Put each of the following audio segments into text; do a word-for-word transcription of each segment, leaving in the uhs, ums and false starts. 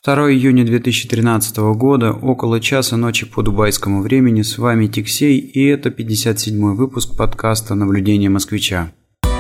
второго июня две тысячи тринадцатого года, около часа ночи по дубайскому времени, с вами Тиксей, и это пятьдесят седьмой выпуск подкаста «Наблюдение москвича».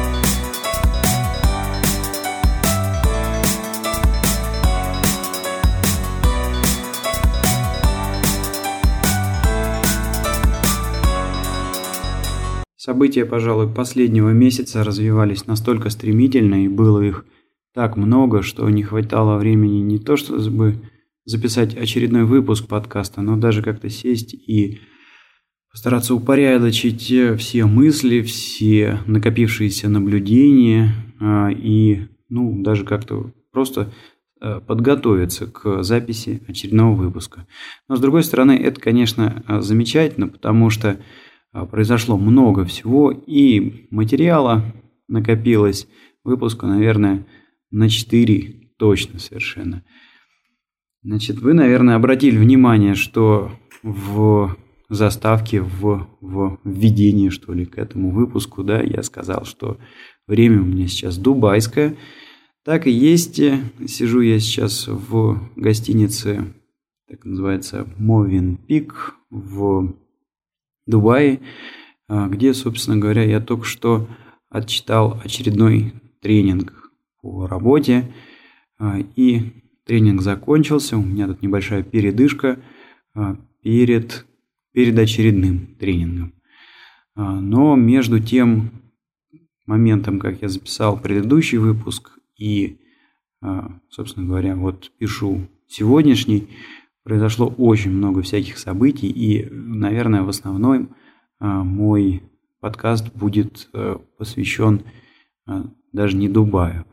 События, пожалуй, последнего месяца развивались настолько стремительно, и было их так много, что не хватало времени не то, чтобы записать очередной выпуск подкаста, но даже как-то сесть и постараться упорядочить все мысли, все накопившиеся наблюдения и, ну, даже как-то просто подготовиться к записи очередного выпуска. Но, с другой стороны, это, конечно, замечательно, потому что произошло много всего, и материала накопилось выпуска, наверное, на четыре точно совершенно. Значит, вы, наверное, обратили внимание, что в заставке, в, в введении, что ли, к этому выпуску, да, я сказал, что время у меня сейчас дубайское. Так и есть. Сижу я сейчас в гостинице, так называется, Movenpick в Дубае, где, собственно говоря, я только что отчитал очередной тренинг по работе, и тренинг закончился. У меня тут небольшая передышка перед, перед очередным тренингом. Но между тем моментом, как я записал предыдущий выпуск и, собственно говоря, вот пишу сегодняшний, произошло очень много всяких событий, и, наверное, в основном мой подкаст будет посвящен даже не Дубаю.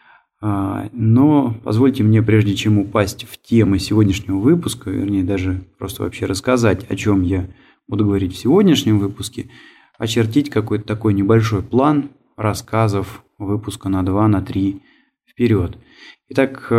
Но позвольте мне, прежде чем упасть в темы сегодняшнего выпуска, вернее, даже просто вообще рассказать, о чем я буду говорить в сегодняшнем выпуске, очертить какой-то такой небольшой план рассказов выпуска на два, на три вперед. Итак,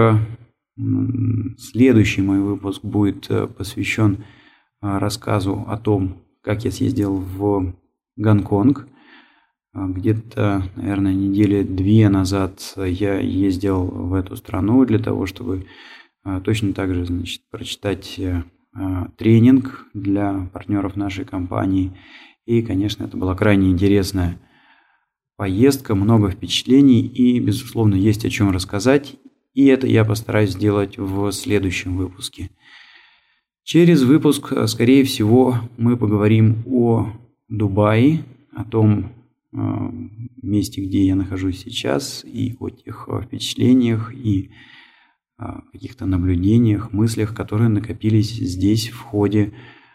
следующий мой выпуск будет посвящен рассказу о том, как я съездил в Гонконг. Где-то, наверное, недели две назад я ездил в эту страну для того, чтобы точно так же, значит, прочитать тренинг для партнеров нашей компании. И, конечно, это была крайне интересная поездка, много впечатлений и, безусловно, есть о чем рассказать. И это я постараюсь сделать в следующем выпуске. Через выпуск, скорее всего, мы поговорим о Дубае, о том месте, где я нахожусь сейчас, и о тех впечатлениях и каких-то наблюдениях, мыслях, которые накопились здесь в ходе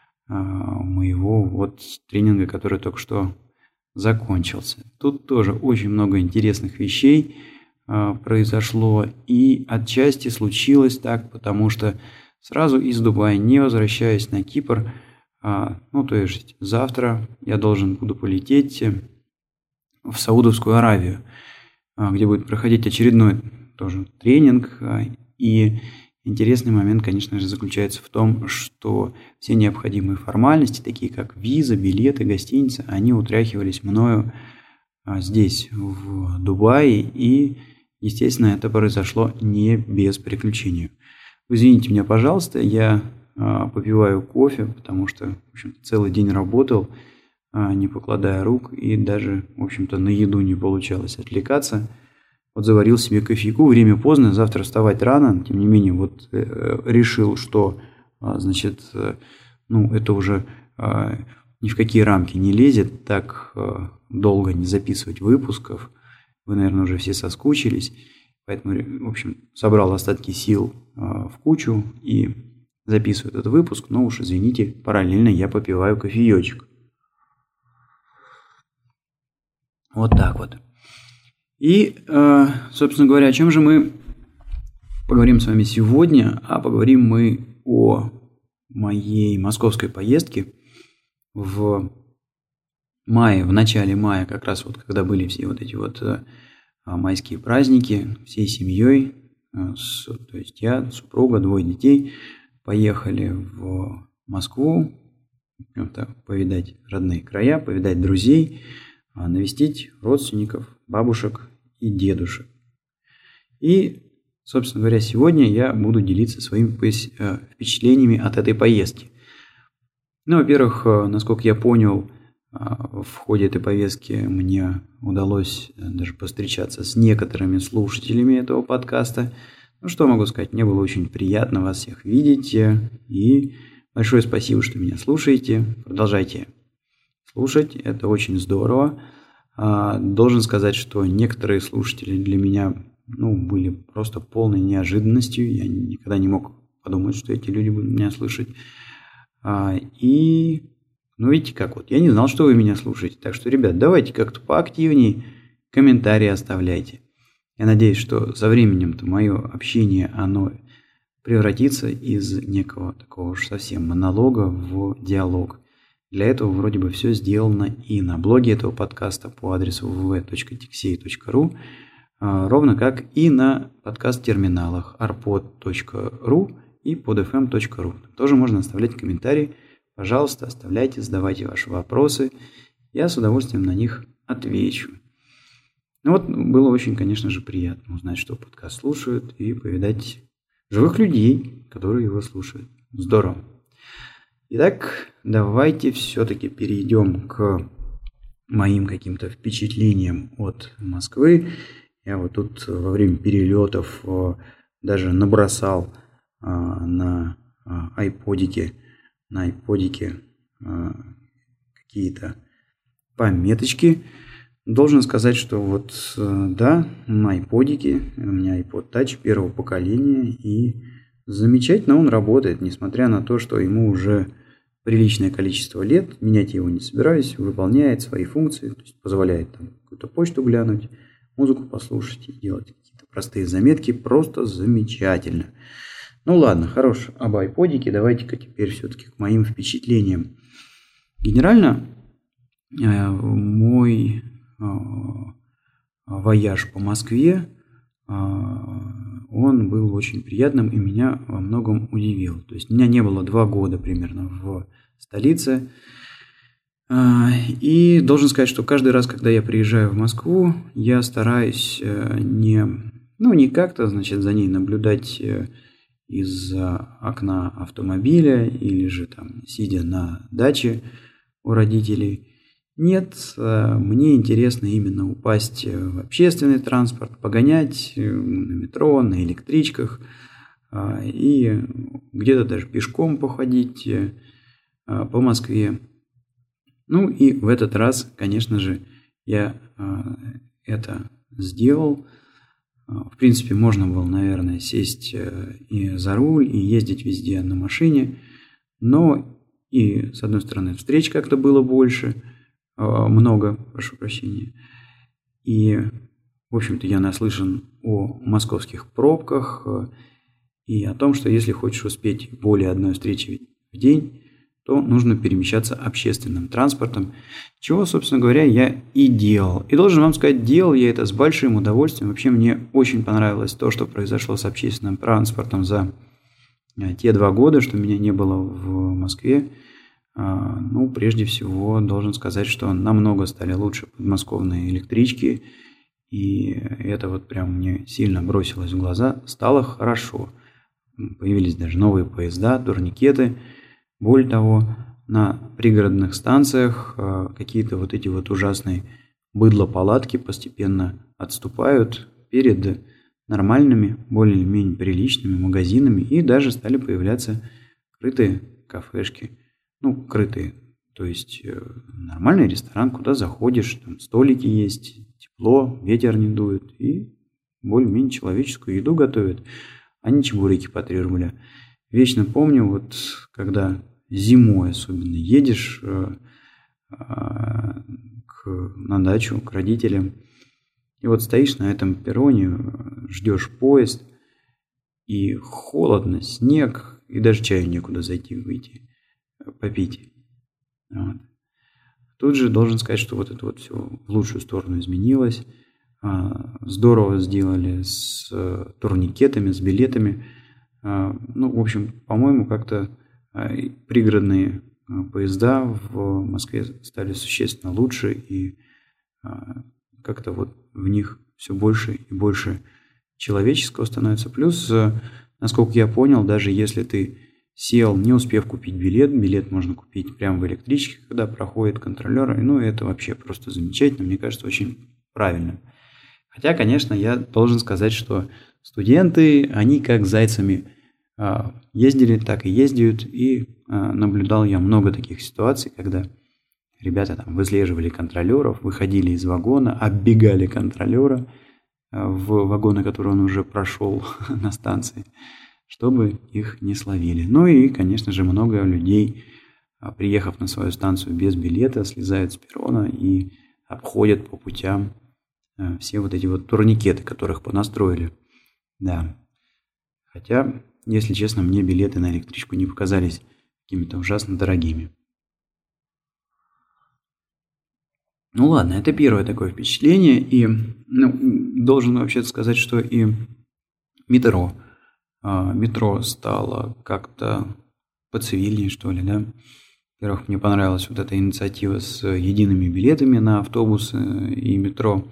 моего вот тренинга, который только что закончился. Тут тоже очень много интересных вещей произошло, и отчасти случилось так, потому что сразу из Дубая, не возвращаясь на Кипр, ну то есть завтра я должен буду полететь в Саудовскую Аравию, где будет проходить очередной тоже тренинг. И интересный момент, конечно же, заключается в том, что все необходимые формальности, такие как виза, билеты, гостиница, они утряхивались мною здесь, в Дубае, и, естественно, это произошло не без приключений. Извините меня, пожалуйста, я попиваю кофе, потому что, в общем, целый день работал, не покладая рук, и даже, в общем-то, на еду не получалось отвлекаться. Вот заварил себе кофейку, время поздно, завтра вставать рано, тем не менее, вот э, решил, что, э, значит, э, ну, это уже э, ни в какие рамки не лезет, так э, долго не записывать выпусков. Вы, наверное, уже все соскучились, поэтому, в общем, собрал остатки сил э, в кучу и записываю этот выпуск, но уж, извините, параллельно я попиваю кофеечек. Вот так вот. И, собственно говоря, о чем же мы поговорим с вами сегодня? А поговорим мы о моей московской поездке в мае, в начале мая, как раз вот когда были все вот эти вот майские праздники, всей семьей, то есть я, супруга, двое детей, поехали в Москву, повидать родные края, повидать друзей, навестить родственников, бабушек и дедушек. И собственно говоря, сегодня я буду делиться своими впечатлениями от этой поездки. Ну, во-первых, насколько я понял, в ходе этой поездки мне удалось даже повстречаться с некоторыми слушателями этого подкаста. Ну, что могу сказать, мне было очень приятно вас всех видеть. И большое спасибо, что меня слушаете. Продолжайте слушать, это очень здорово. Должен сказать, что некоторые слушатели для меня ну, были просто полной неожиданностью. Я никогда не мог подумать, что эти люди будут меня слышать. И... Ну, видите как вот, я не знал, что вы меня слушаете. Так что, ребят, давайте как-то поактивнее комментарии оставляйте. Я надеюсь, что со временем-то мое общение, оно превратится из некого такого уж совсем монолога в диалог. Для этого вроде бы все сделано и на блоге этого подкаста по адресу дабл ю дабл ю дабл ю точка тиксей точка ру, ровно как и на подкаст-терминалах арпод точка ру и подфм точка ру. Тоже можно оставлять комментарии. Пожалуйста, оставляйте, задавайте ваши вопросы. Я с удовольствием на них отвечу. Ну вот, было очень, конечно же, приятно узнать, что подкаст слушают, и повидать живых людей, которые его слушают. Здорово. Итак, давайте все-таки перейдем к моим каким-то впечатлениям от Москвы. Я вот тут во время перелетов даже набросал на айподике на айподике э, какие-то пометочки. Должен сказать, что вот э, да, на айподике, у меня iPod Touch первого поколения, и замечательно он работает, несмотря на то, что ему уже приличное количество лет, менять его не собираюсь, выполняет свои функции, то есть позволяет там какую-то почту глянуть, музыку послушать и делать какие-то простые заметки, просто замечательно. Ну ладно, хорош об айподике, давайте-ка теперь все-таки к моим впечатлениям. Генерально э, мой э, вояж по Москве, э, он был очень приятным и меня во многом удивил. То есть меня не было два года примерно в столице. Э, и должен сказать, что каждый раз, когда я приезжаю в Москву, я стараюсь э, не, ну, не как-то, значит, за ней наблюдать э, из окна автомобиля или же там сидя на даче у родителей. Нет, мне интересно именно упасть в общественный транспорт, погонять на метро, на электричках и где-то даже пешком походить по Москве. Ну и в этот раз, конечно же, я это сделал. В принципе, можно было, наверное, сесть и за руль, и ездить везде на машине. Но и, с одной стороны, встреч как-то было больше, много, прошу прощения. И, в общем-то, я наслышан о московских пробках и о том, что если хочешь успеть более одной встречи в день, то нужно перемещаться общественным транспортом, чего, собственно говоря, я и делал. И должен вам сказать, делал я это с большим удовольствием. Вообще мне очень понравилось то, что произошло с общественным транспортом за те два года, что меня не было в Москве. Ну, прежде всего, должен сказать, что намного стали лучше подмосковные электрички. И это вот прям мне сильно бросилось в глаза. Стало хорошо. Появились даже новые поезда, турникеты. Более того, на пригородных станциях какие-то вот эти вот ужасные быдло-палатки постепенно отступают перед нормальными, более-менее приличными магазинами, и даже стали появляться крытые кафешки. Ну, крытые, то есть нормальный ресторан, куда заходишь, там столики есть, тепло, ветер не дует, и более-менее человеческую еду готовят, а не чебуреки по три рубля. Вечно помню, вот когда зимой особенно едешь э, э, к, на дачу к родителям, и вот стоишь на этом перроне, ждешь поезд, и холодно, снег, и даже чаю некуда зайти, выйти, попить. Вот. Тут же должен сказать, что вот это вот все в лучшую сторону изменилось. Здорово сделали с турникетами, с билетами. Ну, в общем, по-моему, как-то пригородные поезда в Москве стали существенно лучше, и как-то вот в них все больше и больше человеческого становится. Плюс, насколько я понял, даже если ты сел, не успев купить билет, билет можно купить прямо в электричке, когда проходит контролер, ну, это вообще просто замечательно, мне кажется, очень правильно. Хотя, конечно, я должен сказать, что студенты, они как зайцами ездили, так и ездят, и наблюдал я много таких ситуаций, когда ребята там выслеживали контролеров, выходили из вагона, оббегали контролера в вагоны, которые он уже прошел на станции, чтобы их не словили. Ну и, конечно же, много людей, приехав на свою станцию без билета, слезают с перрона и обходят по путям все вот эти вот турникеты, которых понастроили. Да. Хотя, если честно, мне билеты на электричку не показались какими-то ужасно дорогими. Ну ладно, это первое такое впечатление. И ну, должен вообще сказать, что и метро. Метро стало как-то поцивильнее, что ли, да. Во-первых, мне понравилась вот эта инициатива с едиными билетами на автобусы и метро.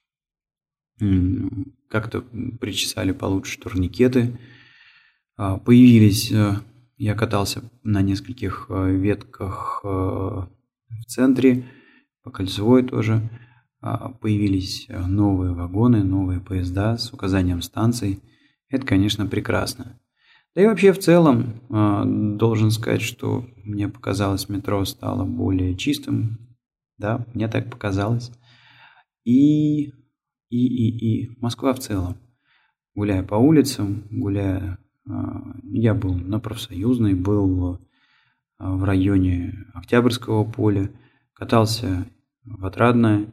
Как-то причесали получше турникеты. Появились, я катался на нескольких ветках в центре, по Кольцевой тоже. Появились новые вагоны, новые поезда с указанием станций. Это, конечно, прекрасно. Да и вообще в целом должен сказать, что мне показалось, метро стало более чистым. Да, мне так показалось. И, и, и, и Москва в целом. Гуляя по улицам, гуляя... Я был на Профсоюзной, был в районе Октябрьского поля, катался в Отрадное.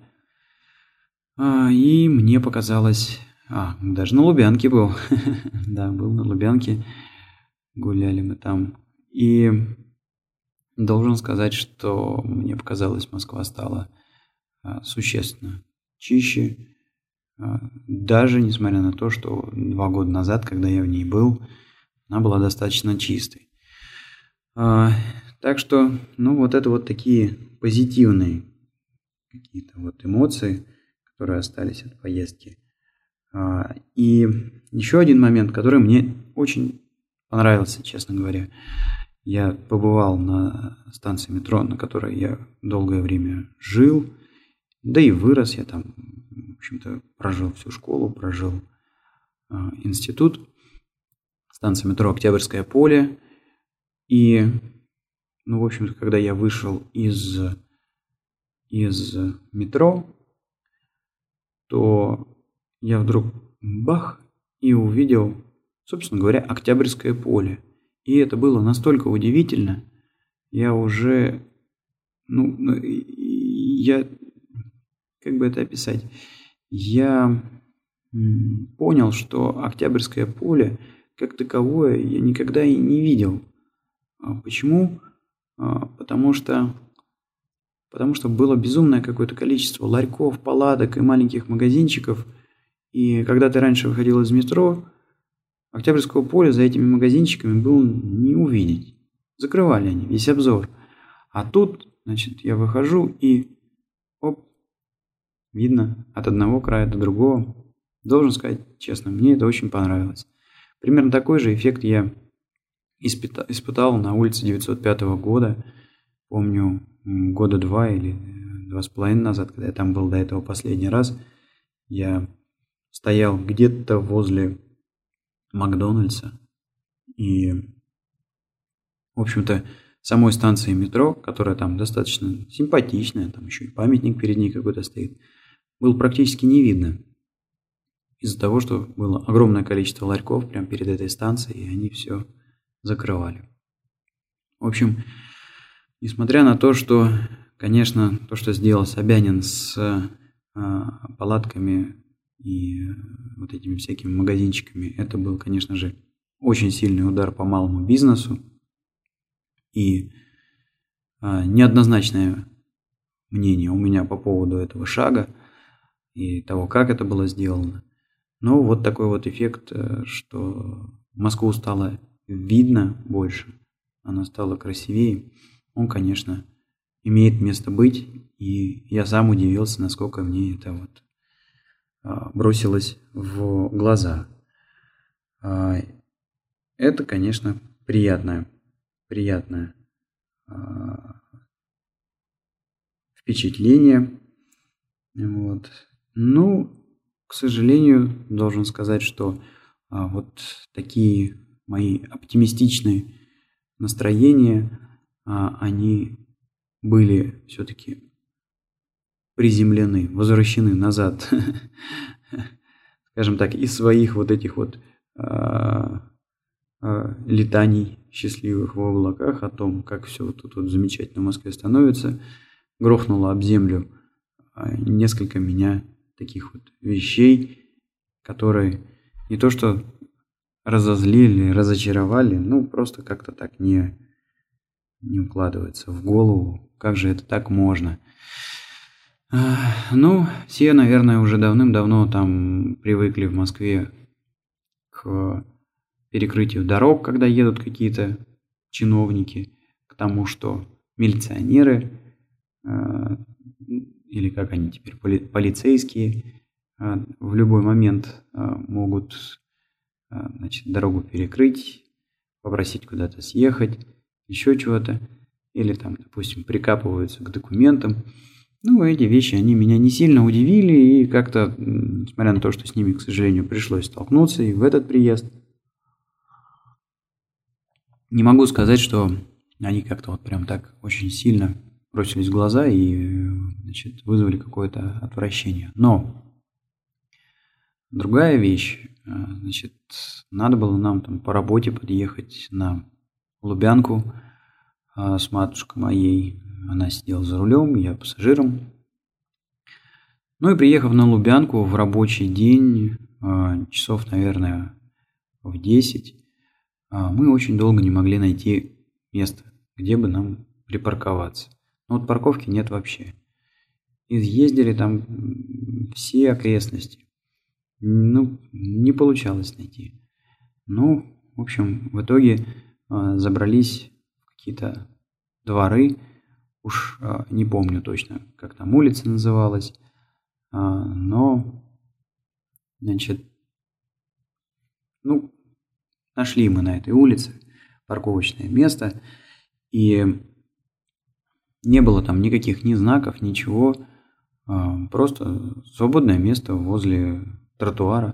И мне показалось... А, даже на Лубянке был. Да, был на Лубянке. Гуляли мы там. И должен сказать, что мне показалось, Москва стала существенно чище. Даже несмотря на то, что два года назад, когда я в ней был, она была достаточно чистой. Так что, ну, вот это вот такие позитивные какие-то вот эмоции, которые остались от поездки. И еще один момент, который мне очень понравился, честно говоря. Я побывал на станции метро, на которой я долгое время жил, да и вырос. Я там, в общем-то, прожил всю школу, прожил институт. Станция метро Октябрьское поле. И, ну, в общем-то, когда я вышел из, из метро, то я вдруг бах и увидел, собственно говоря, Октябрьское поле. И это было настолько удивительно. Я уже, ну, я, как бы это описать, я понял, что Октябрьское поле как таковое я никогда и не видел. Почему? Потому что, потому что было безумное какое-то количество ларьков, палаток и маленьких магазинчиков. И когда ты раньше выходил из метро, Октябрьского поля за этими магазинчиками было не увидеть. Закрывали они весь обзор. А тут, значит, я выхожу и оп, видно от одного края до другого. Должен сказать честно, мне это очень понравилось. Примерно такой же эффект я испытал на улице девятьсот пятого года. Помню, года два или два с половиной назад, когда я там был до этого последний раз, я стоял где-то возле Макдональдса. И, в общем-то, самой станции метро, которая там достаточно симпатичная, там еще и памятник перед ней какой-то стоит, было практически не видно. Из-за того, что было огромное количество ларьков прямо перед этой станцией, и они все закрывали. В общем, несмотря на то, что, конечно, то, что сделал Собянин с а, палатками и вот этими всякими магазинчиками, это был, конечно же, очень сильный удар по малому бизнесу и а, неоднозначное мнение у меня по поводу этого шага и того, как это было сделано. Но вот такой вот эффект, что Москву стало видно больше, она стала красивее, он, конечно, имеет место быть, и я сам удивился, насколько мне это вот бросилось в глаза. Это, конечно, приятное, приятное впечатление. Вот. Ну, к сожалению, должен сказать, что вот такие мои оптимистичные настроения, они были все-таки приземлены, возвращены назад, скажем так, из своих вот этих вот летаний счастливых в облаках о том, как все тут вот замечательно в Москве становится, грохнуло об землю несколько меня таких вот вещей, которые не то что разозлили, разочаровали, ну просто как-то так не, не укладывается в голову, как же это так можно. Ну, все, наверное, уже давным-давно там привыкли в Москве к перекрытию дорог, когда едут какие-то чиновники, к тому, что милиционеры, э, или как они теперь, поли, полицейские, э, в любой момент э, могут э, значит, дорогу перекрыть, попросить куда-то съехать, еще чего-то, или там, допустим, прикапываются к документам. Ну, эти вещи, они меня не сильно удивили, и как-то, несмотря на то, что с ними, к сожалению, пришлось столкнуться и в этот приезд, не могу сказать, что они как-то вот прям так очень сильно бросились в глаза и, значит, вызвали какое-то отвращение. Но другая вещь, значит, надо было нам там по работе подъехать на Лубянку с матушкой моей. Она сидела за рулем, я пассажиром. Ну и приехав на Лубянку в рабочий день, часов, наверное, в десять, мы очень долго не могли найти место, где бы нам припарковаться. Но вот парковки нет вообще. Изъездили там все окрестности. Ну, не получалось найти. Ну, в общем, в итоге забрались в какие-то дворы. Уж не помню точно, как там улица называлась. Но, значит, ну, нашли мы на этой улице парковочное место, и не было там никаких ни знаков, ничего, просто свободное место возле тротуара.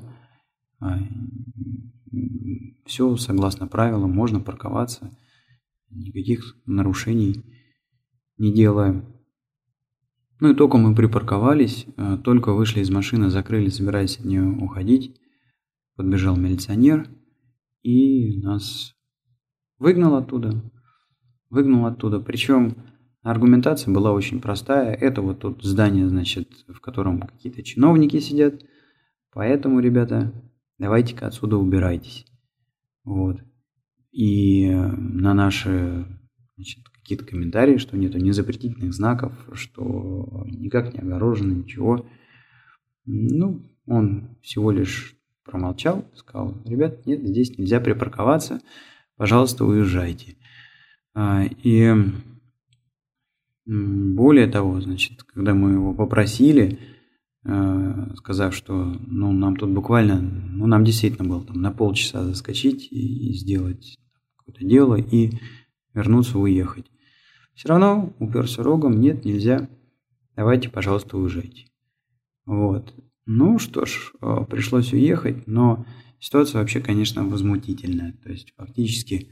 Все согласно правилам, можно парковаться, никаких нарушений не делая. Ну и только мы припарковались, только вышли из машины, закрыли, собираясь от нее уходить, подбежал милиционер и нас выгнал оттуда. Выгнал оттуда. Причем аргументация была очень простая. Это вот тут здание, значит, в котором какие-то чиновники сидят. Поэтому, ребята, давайте-ка отсюда убирайтесь. Вот. И на наши, значит, какие-то комментарии, что нету ни запретительных знаков, что никак не огорожено, ничего. Ну, он всего лишь промолчал, сказал: ребят, нет, здесь нельзя припарковаться, пожалуйста, уезжайте. И более того, значит, когда мы его попросили, сказав, что ну, нам тут буквально, ну, нам действительно было там на полчаса заскочить и сделать какое-то дело и вернуться, уехать. Все равно уперся рогом: нет, нельзя, давайте, пожалуйста, уезжайте. Вот. Ну что ж, пришлось уехать, но ситуация вообще, конечно, возмутительная. То есть фактически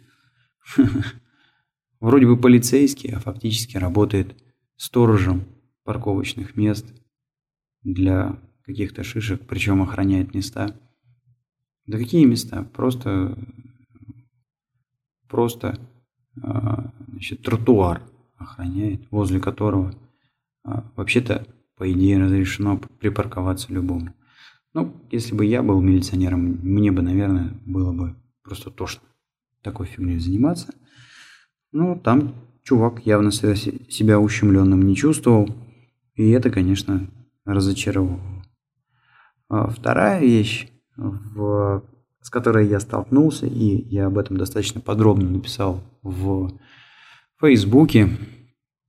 вроде бы полицейский, а фактически работает сторожем парковочных мест для каких-то шишек, причем охраняет места. Да какие места? Просто, просто значит, тротуар охраняет, возле которого вообще-то, по идее, разрешено припарковаться любому. Ну, если бы я был милиционером, мне бы, наверное, было бы просто тошно такой фигней заниматься. Ну, там чувак явно себя ущемленным не чувствовал, и это, конечно, разочаровывало. А вторая вещь, в, с которой я столкнулся, и я об этом достаточно подробно написал в Фейсбуке,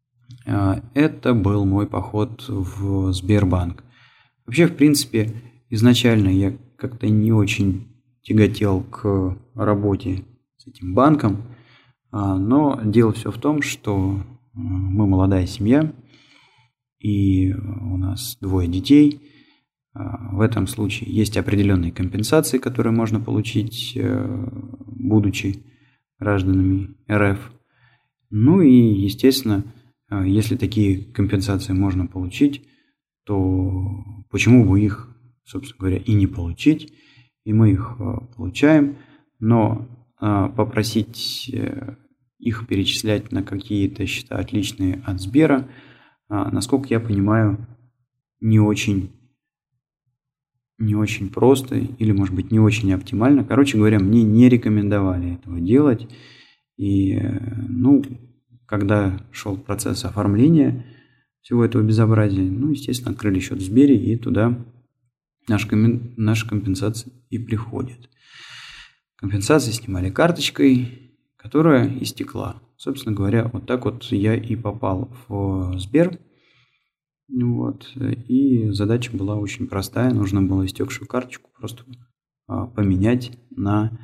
это был мой поход в Сбербанк. Вообще, в принципе, изначально я как-то не очень тяготел к работе с этим банком, но дело все в том, что мы молодая семья, и у нас двое детей. В этом случае есть определенные компенсации, которые можно получить, будучи гражданами эр эф. Ну и, естественно, если такие компенсации можно получить, то почему бы их, собственно говоря, и не получить? И мы их получаем, но попросить их перечислять на какие-то счета, отличные от Сбера, насколько я понимаю, не очень, не очень просто или, может быть, не очень оптимально. Короче говоря, мне не рекомендовали этого делать. И, ну, когда шел процесс оформления всего этого безобразия, ну, естественно, открыли счет в Сбере, и туда наши, наши компенсации и приходят. Компенсации снимали карточкой, которая истекла. Собственно говоря, вот так вот я и попал в Сбер. Вот. И задача была очень простая. Нужно было истекшую карточку просто поменять на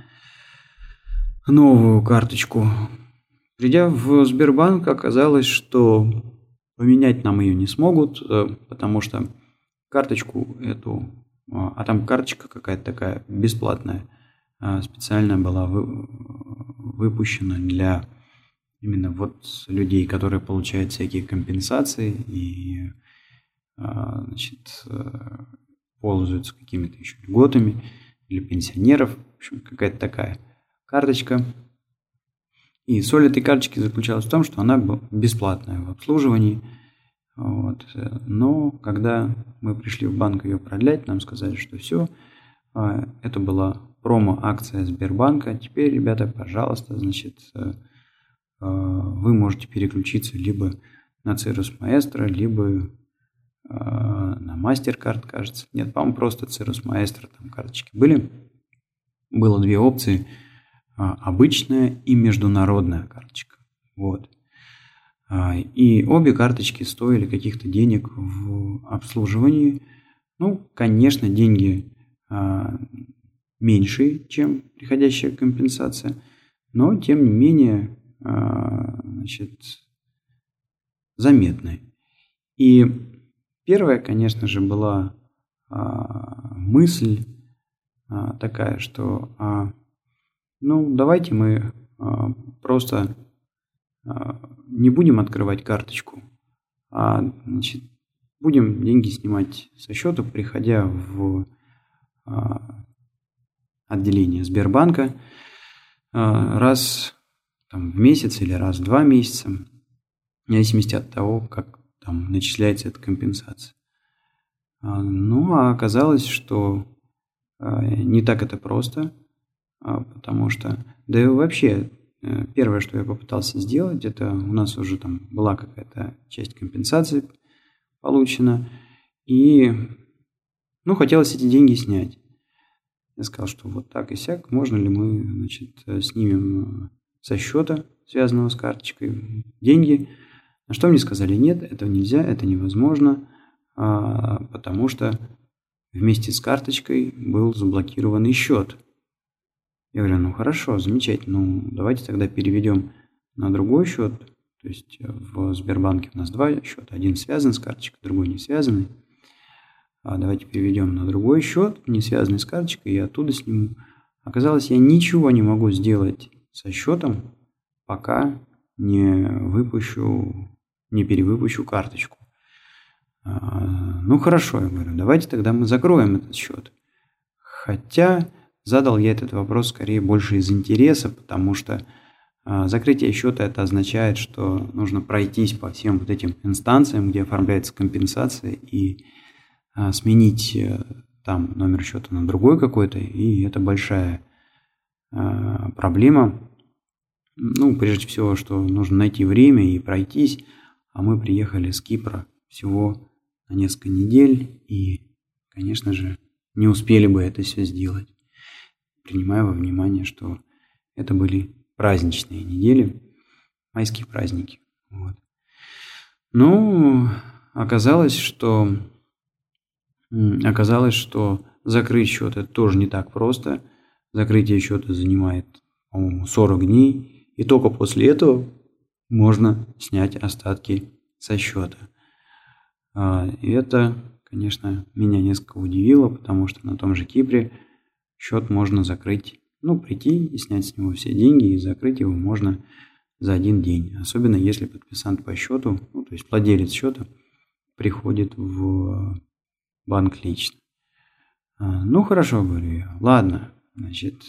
новую карточку. Придя в Сбербанк, оказалось, что поменять нам ее не смогут, потому что карточку эту, а там карточка какая-то такая бесплатная, специально была выпущена для именно вот людей, которые получают всякие компенсации и, значит, пользуются какими-то еще льготами для пенсионеров. В общем, какая-то такая карточка. И соль этой карточки заключалась в том, что она была бесплатная в обслуживании. Вот. Но когда мы пришли в банк ее продлять, нам сказали, что все, это была промо-акция Сбербанка. Теперь, ребята, пожалуйста, значит, вы можете переключиться либо на Cirrus Maestro, либо на MasterCard, кажется. Нет, по-моему, просто Cirrus Maestro там карточки были. Было две опции. Обычная и международная карточка. Вот. И обе карточки стоили каких-то денег в обслуживании. Ну, конечно, деньги меньше, чем приходящая компенсация, но, тем не менее, значит, заметные. И первая, конечно же, была мысль такая, что ну, давайте мы а, просто а, не будем открывать карточку, а, значит, будем деньги снимать со счета, приходя в а, отделение Сбербанка а, раз там, в месяц или раз в два месяца, в зависимости от того, как там начисляется эта компенсация. А, ну, а оказалось, что а, не так это просто. Потому что, да и вообще, первое, что я попытался сделать, это у нас уже там была какая-то часть компенсации получена, и, ну, хотелось эти деньги снять. Я сказал, что вот так и сяк, можно ли мы, значит, снимем со счета, связанного с карточкой, деньги. На что мне сказали, нет, этого нельзя, это невозможно, потому что вместе с карточкой был заблокированный счет. Я говорю, ну хорошо, замечательно, ну давайте тогда переведем на другой счет. То есть в Сбербанке у нас два счета, один связан с карточкой, другой не связанный. А давайте переведем на другой счет, не связанный с карточкой, и оттуда сниму. Оказалось, я ничего не могу сделать со счетом, пока не выпущу, не перевыпущу карточку. А, ну хорошо, я говорю, давайте тогда мы закроем этот счет. Хотя задал я этот вопрос скорее больше из интереса, потому что а, закрытие счета это означает, что нужно пройтись по всем вот этим инстанциям, где оформляется компенсация, и а, сменить а, там номер счета на другой какой-то, и это большая а, проблема. Ну, прежде всего, что нужно найти время и пройтись, а мы приехали с Кипра всего на несколько недель, и, конечно же, не успели бы это все сделать. Принимая во внимание, что это были праздничные недели, майские праздники. Вот. Ну, оказалось, что оказалось, что закрыть счет это тоже не так просто. Закрытие счета занимает, по-моему, сорок дней. И только после этого можно снять остатки со счета. И это, конечно, меня несколько удивило, потому что на том же Кипре счет можно закрыть, ну, прийти и снять с него все деньги, и закрыть его можно за один день. Особенно если подписант по счету, ну, то есть владелец счета, приходит в банк лично. Ну, хорошо, говорю я. Ладно, значит,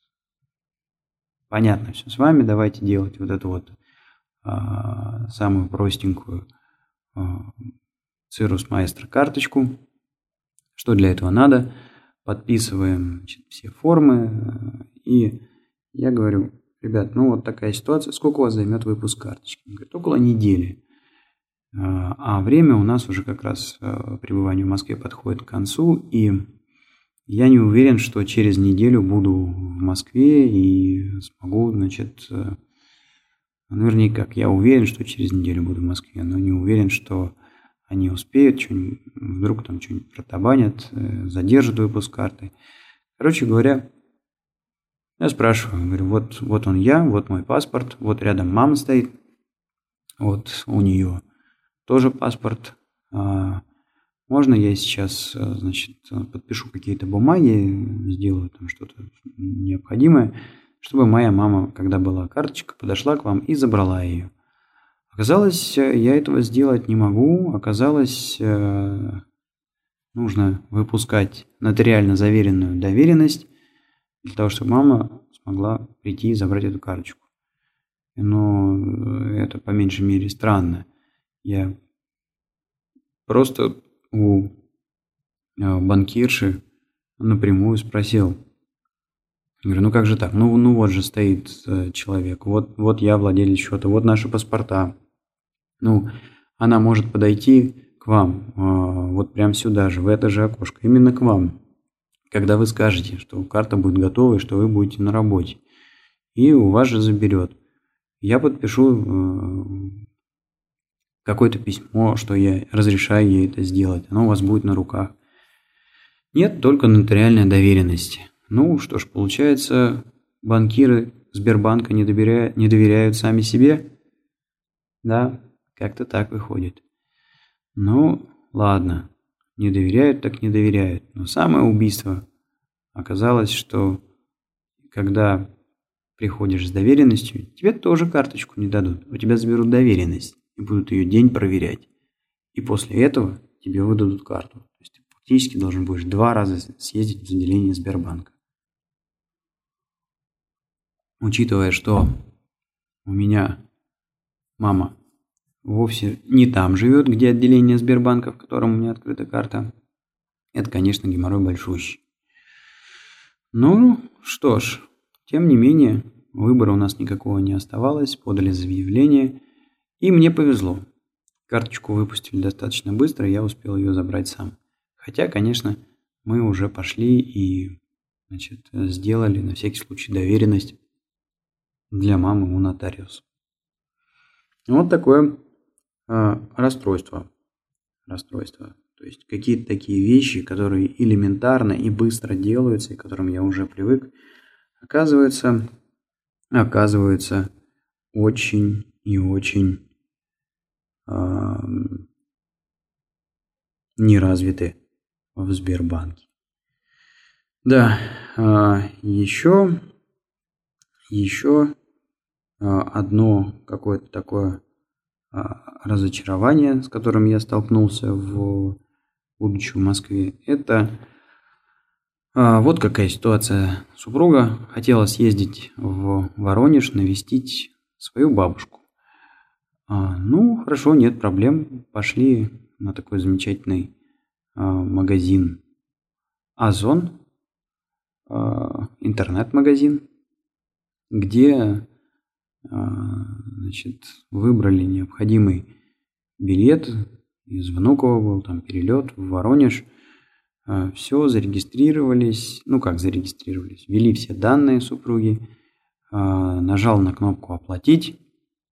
понятно все с вами. Давайте делать вот эту вот а, самую простенькую а, Cirrus Maestro карточку. Что для этого надо? Подписываем, значит, все формы. И я говорю, ребят, ну вот такая ситуация. Сколько у вас займет выпуск карточки? Он говорит, около недели. А время у нас уже как раз пребывание в Москве подходит к концу. И я не уверен, что через неделю буду в Москве и смогу, значит, наверняка, как я уверен, что через неделю буду в Москве, но не уверен, что они успеют, вдруг там что-нибудь протабанят, задержат выпуск карты. Короче говоря, я спрашиваю, говорю, вот, вот он я, вот мой паспорт, вот рядом мама стоит, вот у нее тоже паспорт. Можно я сейчас, значит, подпишу какие-то бумаги, сделаю там что-то необходимое, чтобы моя мама, когда была карточка, подошла к вам и забрала ее. Оказалось, я этого сделать не могу. Оказалось, нужно выпускать нотариально заверенную доверенность для того, чтобы мама смогла прийти и забрать эту карточку. Но это по меньшей мере странно. Я просто у банкирши напрямую спросил. Говорю, ну как же так? Ну, ну вот же стоит человек, вот, вот я владелец счета, вот наши паспорта. Ну, она может подойти к вам, вот прямо сюда же, в это же окошко, именно к вам, когда вы скажете, что карта будет готова и что вы будете на работе. И у вас же заберет. Я подпишу какое-то письмо, что я разрешаю ей это сделать. Оно у вас будет на руках. Нет, только нотариальная доверенность. Ну, что ж, получается, банкиры Сбербанка не доверяют, не доверяют сами себе? Да, как-то так выходит. Ну, ладно, не доверяют, так не доверяют. Но самое убийство оказалось, что когда приходишь с доверенностью, тебе тоже карточку не дадут. У тебя заберут доверенность и будут ее день проверять. И после этого тебе выдадут карту. То есть ты фактически должен будешь два раза съездить в отделение Сбербанка. Учитывая, что у меня мама вовсе не там живет, где отделение Сбербанка, в котором у меня открыта карта, это, конечно, геморрой большущий. Ну, что ж, тем не менее, выбора у нас никакого не оставалось, подали заявление, и мне повезло. Карточку выпустили достаточно быстро, я успел ее забрать сам. Хотя, конечно, мы уже пошли и, значит, сделали на всякий случай доверенность для мамы у нотариуса. Вот такое э, расстройство. Расстройство. То есть какие-то такие вещи, которые элементарно и быстро делаются, и к которым я уже привык, оказываются, оказываются очень и очень э, неразвиты в Сбербанке. Да, э, еще, еще одно какое-то такое разочарование, с которым я столкнулся, в, будучи в Москве, это вот какая ситуация. Супруга хотела съездить в Воронеж, навестить свою бабушку. Ну, хорошо, нет проблем. Пошли на такой замечательный магазин Озон, интернет-магазин, где, значит, выбрали необходимый билет. Из Внуково был там перелет в Воронеж. Все, зарегистрировались. Ну, как зарегистрировались? Ввели все данные супруги. Нажал на кнопку «Оплатить».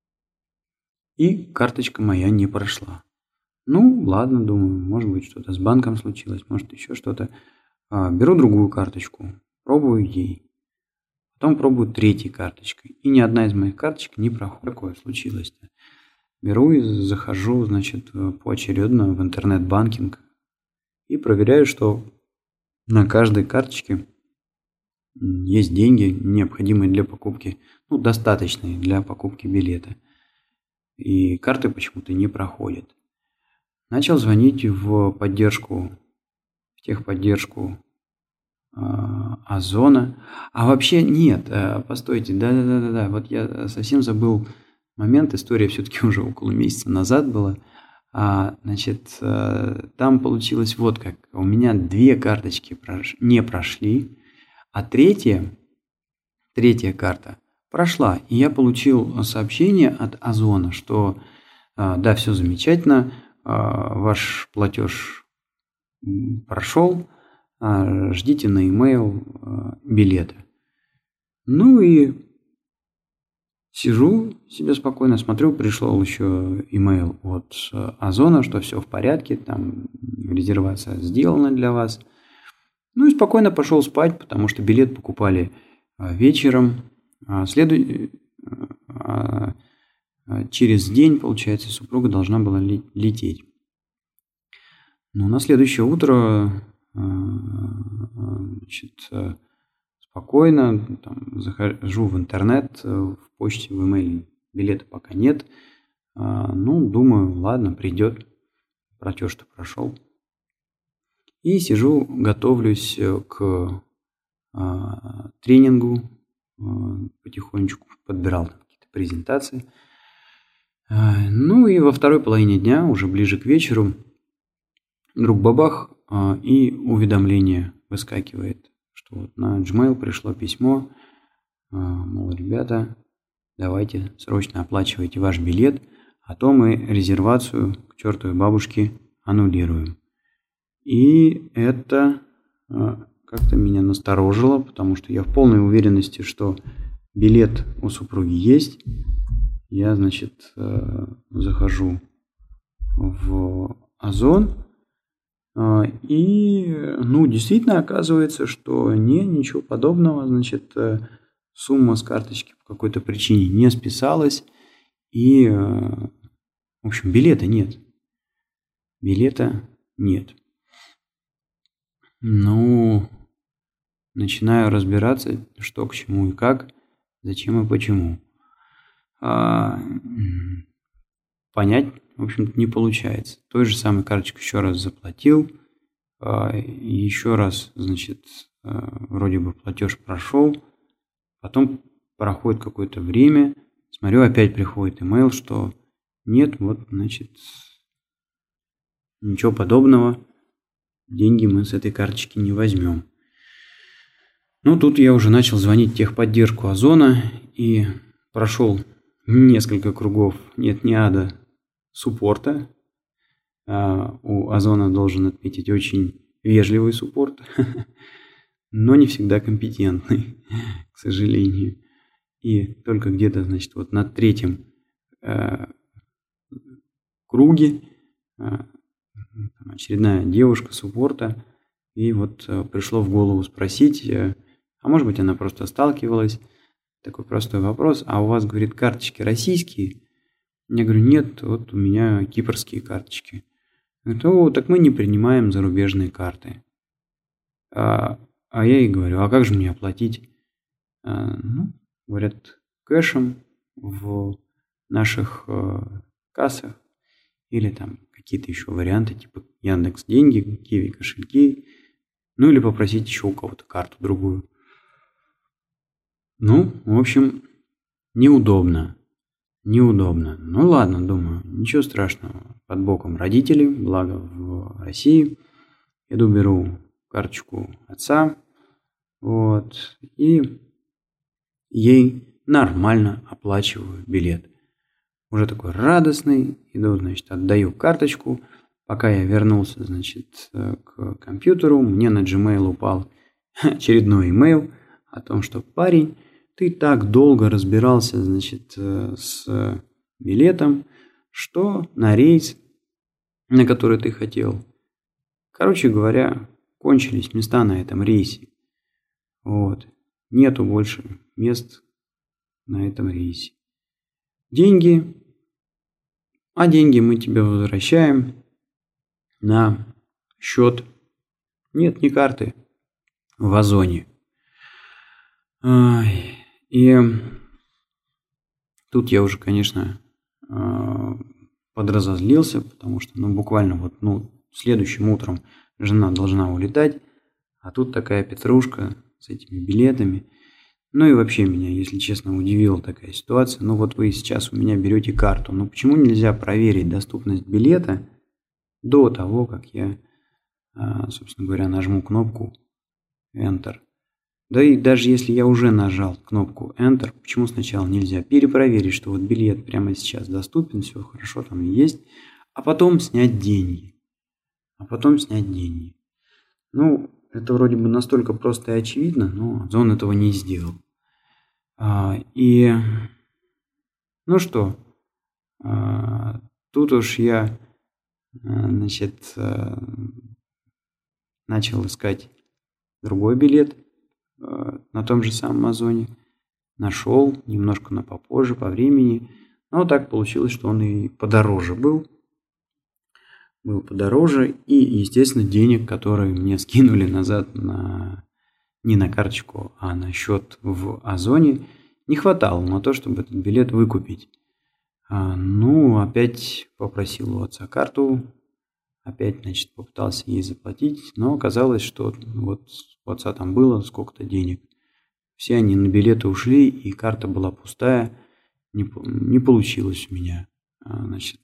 И карточка моя не прошла. Ну, ладно, думаю, может быть, что-то с банком случилось, может, еще что-то. Беру другую карточку, пробую ей. Потом пробую третьей карточкой. И ни одна из моих карточек не проходит. Такое случилось-то. Беру и захожу, значит, поочередно в интернет-банкинг и проверяю, что на каждой карточке есть деньги, необходимые для покупки, ну, достаточные для покупки билета. И карты почему-то не проходят. Начал звонить в поддержку, в техподдержку э, Озона. А вообще нет, э, постойте, да-да-да-да, вот я совсем забыл момент, история все-таки уже около месяца назад была. А, значит, э, там получилось вот как. У меня две карточки прош... не прошли, а третья, третья карта прошла. И я получил сообщение от Озона, что э, да, все замечательно, э, ваш платеж прошел, э, ждите на e-mail э, билеты. Ну и сижу себе спокойно, смотрю, пришел еще имейл от Озона, что все в порядке, там резервация сделана для вас. Ну и спокойно пошел спать, потому что билет покупали вечером. Следу... Через день, получается, супруга должна была лететь. Но на следующее утро, значит, спокойно там, захожу в интернет, в почте, в имейле билета пока нет. А, ну, думаю, ладно, придет. Платеж-то прошел. И сижу, готовлюсь к а, тренингу. А, потихонечку подбирал там какие-то презентации. А, ну и во второй половине дня, уже ближе к вечеру, вдруг бабах, а, и уведомление выскакивает, что вот на Gmail пришло письмо, мол, ребята, давайте срочно оплачивайте ваш билет, а то мы резервацию к чертовой бабушке аннулируем. И это как-то меня насторожило, потому что я в полной уверенности, что билет у супруги есть. Я, значит, захожу в Озон. И, ну, действительно оказывается, что не, ничего подобного, значит, сумма с карточки по какой-то причине не списалась, и, в общем, билета нет. Билета нет. Ну, начинаю разбираться, что к чему и как, зачем и почему. А, понять, в общем-то, не получается. Той же самой карточкой еще раз заплатил, еще раз, значит, вроде бы платеж прошел, потом проходит какое-то время, смотрю, опять приходит имейл, что нет, вот, значит, ничего подобного, деньги мы с этой карточки не возьмем. Ну, тут я уже начал звонить в техподдержку Озона и прошел несколько кругов, нет, не ада, суппорта. Uh, у Озона, должен отметить, очень вежливый суппорт, но не всегда компетентный, к сожалению. И только где-то, значит, вот на третьем uh, круге uh, очередная девушка суппорта, и вот uh, пришло в голову спросить, uh, а может быть, она просто сталкивалась, такой простой вопрос, а у вас, говорит, карточки российские? Я говорю, нет, вот у меня кипрские карточки. Говорит, о, так мы не принимаем зарубежные карты. А, а я ей говорю, а как же мне оплатить? А, ну, говорят, кэшем в наших э, кассах или там какие-то еще варианты, типа Яндекс деньги, Киви кошельки, ну или попросить еще у кого-то карту другую. Ну, в общем, неудобно. Неудобно. Ну ладно, думаю, ничего страшного. Под боком родители, благо в России. Иду, беру карточку отца. Вот. И ей нормально оплачиваю билет. Уже такой радостный. Иду, значит, отдаю карточку. Пока я вернулся, значит, к компьютеру, мне на Gmail упал очередной имейл о том, что парень, ты так долго разбирался, значит, с билетом, что на рейс, на который ты хотел, короче говоря, кончились места на этом рейсе. Вот. Нету больше мест на этом рейсе. Деньги. А деньги мы тебе возвращаем на счет. Нет, не карты. В Озоне. И тут я уже, конечно, подразозлился, потому что, ну, буквально вот, ну, следующим утром жена должна улетать, а тут такая петрушка с этими билетами. Ну и вообще меня, если честно, удивила такая ситуация. Ну вот вы сейчас у меня берете карту, но почему нельзя проверить доступность билета до того, как я, собственно говоря, нажму кнопку Enter? Да и даже если я уже нажал кнопку Enter, почему сначала нельзя перепроверить, что вот билет прямо сейчас доступен, все хорошо там есть, а потом снять деньги. А потом снять деньги. Ну, это вроде бы настолько просто и очевидно, но Озон этого не сделал. А, и, ну что, а, тут уж я, значит, начал искать другой билет на том же самом Озоне. Нашел немножко на попозже, по времени. Но так получилось, что он и подороже был. Был подороже. И, естественно, денег, которые мне скинули назад на... не на карточку, а на счет в Озоне, не хватало на то, чтобы этот билет выкупить. А, ну, опять попросил у отца карту. Опять, значит, попытался ей заплатить. Но оказалось, что вот у отца там было сколько-то денег. Все они на билеты ушли, и карта была пустая. Не, не получилось у меня, значит,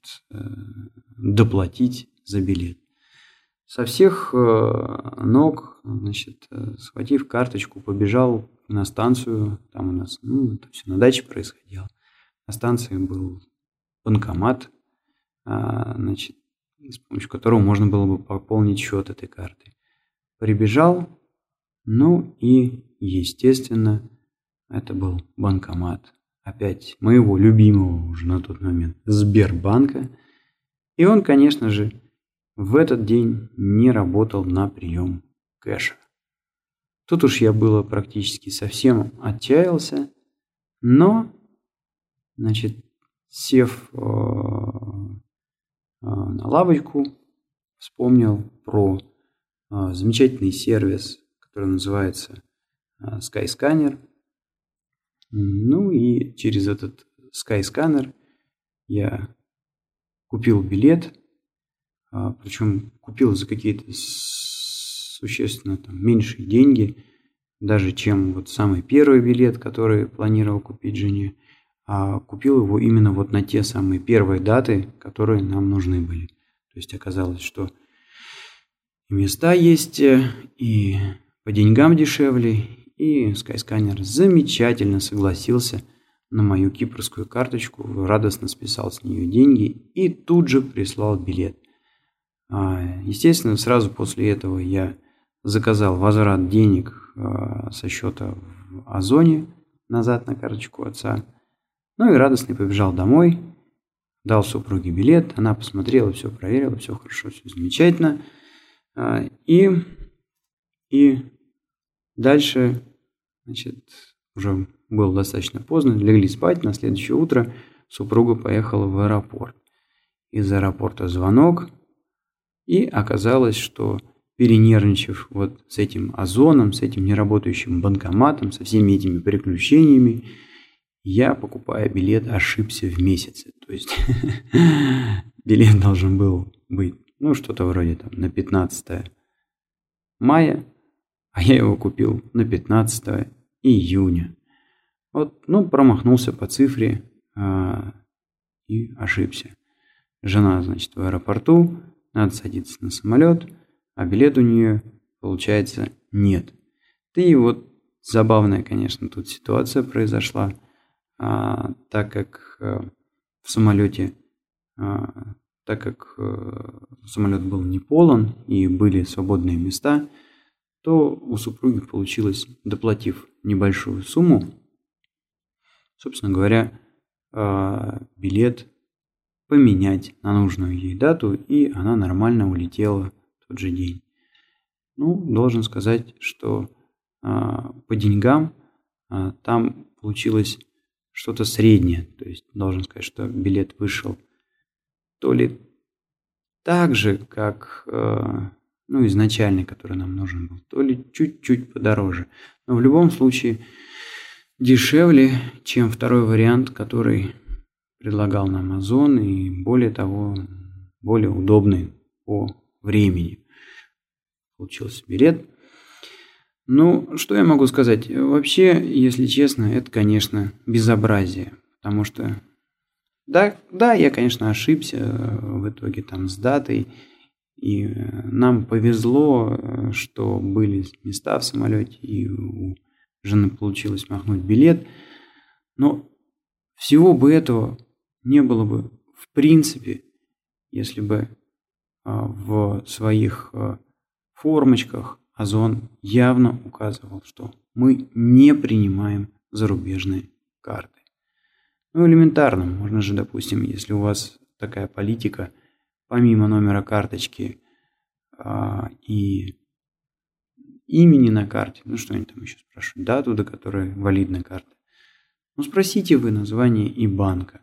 доплатить за билет. Со всех ног, значит, схватив карточку, побежал на станцию. Там у нас, ну, это все на даче происходило. На станции был банкомат, значит, с помощью которого можно было бы пополнить счет этой карты. Прибежал, ну и, естественно, это был банкомат. Опять моего любимого уже на тот момент Сбербанка. И он, конечно же, в этот день не работал на прием кэша. Тут уж я было практически совсем отчаялся, но, значит, сев э, э, на лавочку, вспомнил про э, замечательный сервис, который называется э, Skyscanner. Ну и через этот Skyscanner я купил билет, э, причем купил за какие-то существенно там, меньшие деньги, даже чем вот самый первый билет, который планировал купить жене. А купил его именно вот на те самые первые даты, которые нам нужны были. То есть оказалось, что и места есть, и по деньгам дешевле, и Skyscanner замечательно согласился на мою кипрскую карточку, радостно списал с нее деньги и тут же прислал билет. Естественно, сразу после этого я заказал возврат денег со счета в Озоне назад на карточку отца. Ну и радостно побежал домой, дал супруге билет, она посмотрела, все проверила, все хорошо, все замечательно. И, и дальше, значит, уже было достаточно поздно, легли спать, на следующее утро супруга поехала в аэропорт. Из аэропорта звонок, и оказалось, что перенервничав вот с этим Озоном, с этим неработающим банкоматом, со всеми этими приключениями, я, покупая билет, ошибся в месяце. То есть билет должен был быть, ну, что-то вроде там на пятнадцатое мая, а я его купил на пятнадцатое июня. Вот, ну, промахнулся по цифре а, и ошибся. Жена, значит, в аэропорту, надо садиться на самолет, а билет у нее, получается, нет. Да и вот забавная, конечно, тут ситуация произошла. А, так как а, в самолете, а, так как а, самолет был не полон и были свободные места, то у супруги получилось, доплатив небольшую сумму, собственно говоря, а, билет поменять на нужную ей дату, и она нормально улетела в тот же день. Ну, должен сказать, что а, по деньгам а, там получилось что-то среднее. То есть должен сказать, что билет вышел то ли так же, как а, ну, изначальный, который нам нужен был, то ли чуть-чуть подороже. Но в любом случае дешевле, чем второй вариант, который предлагал нам Озон, и более того, более удобный по времени. Получился билет. Ну, что я могу сказать? Вообще, если честно, это, конечно, безобразие. Потому что, да, да, я, конечно, ошибся в итоге там с датой. И нам повезло, что были места в самолете, и у жены получилось махнуть билет. Но всего бы этого не было бы в принципе, если бы в своих формочках Озон явно указывал, что мы не принимаем зарубежные карты. Ну, элементарно. Можно же, допустим, если у вас такая политика, помимо номера карточки а, и имени на карте, ну, что они там еще спрашивают, дату, до которой валидна карта. Ну, спросите вы название и банка.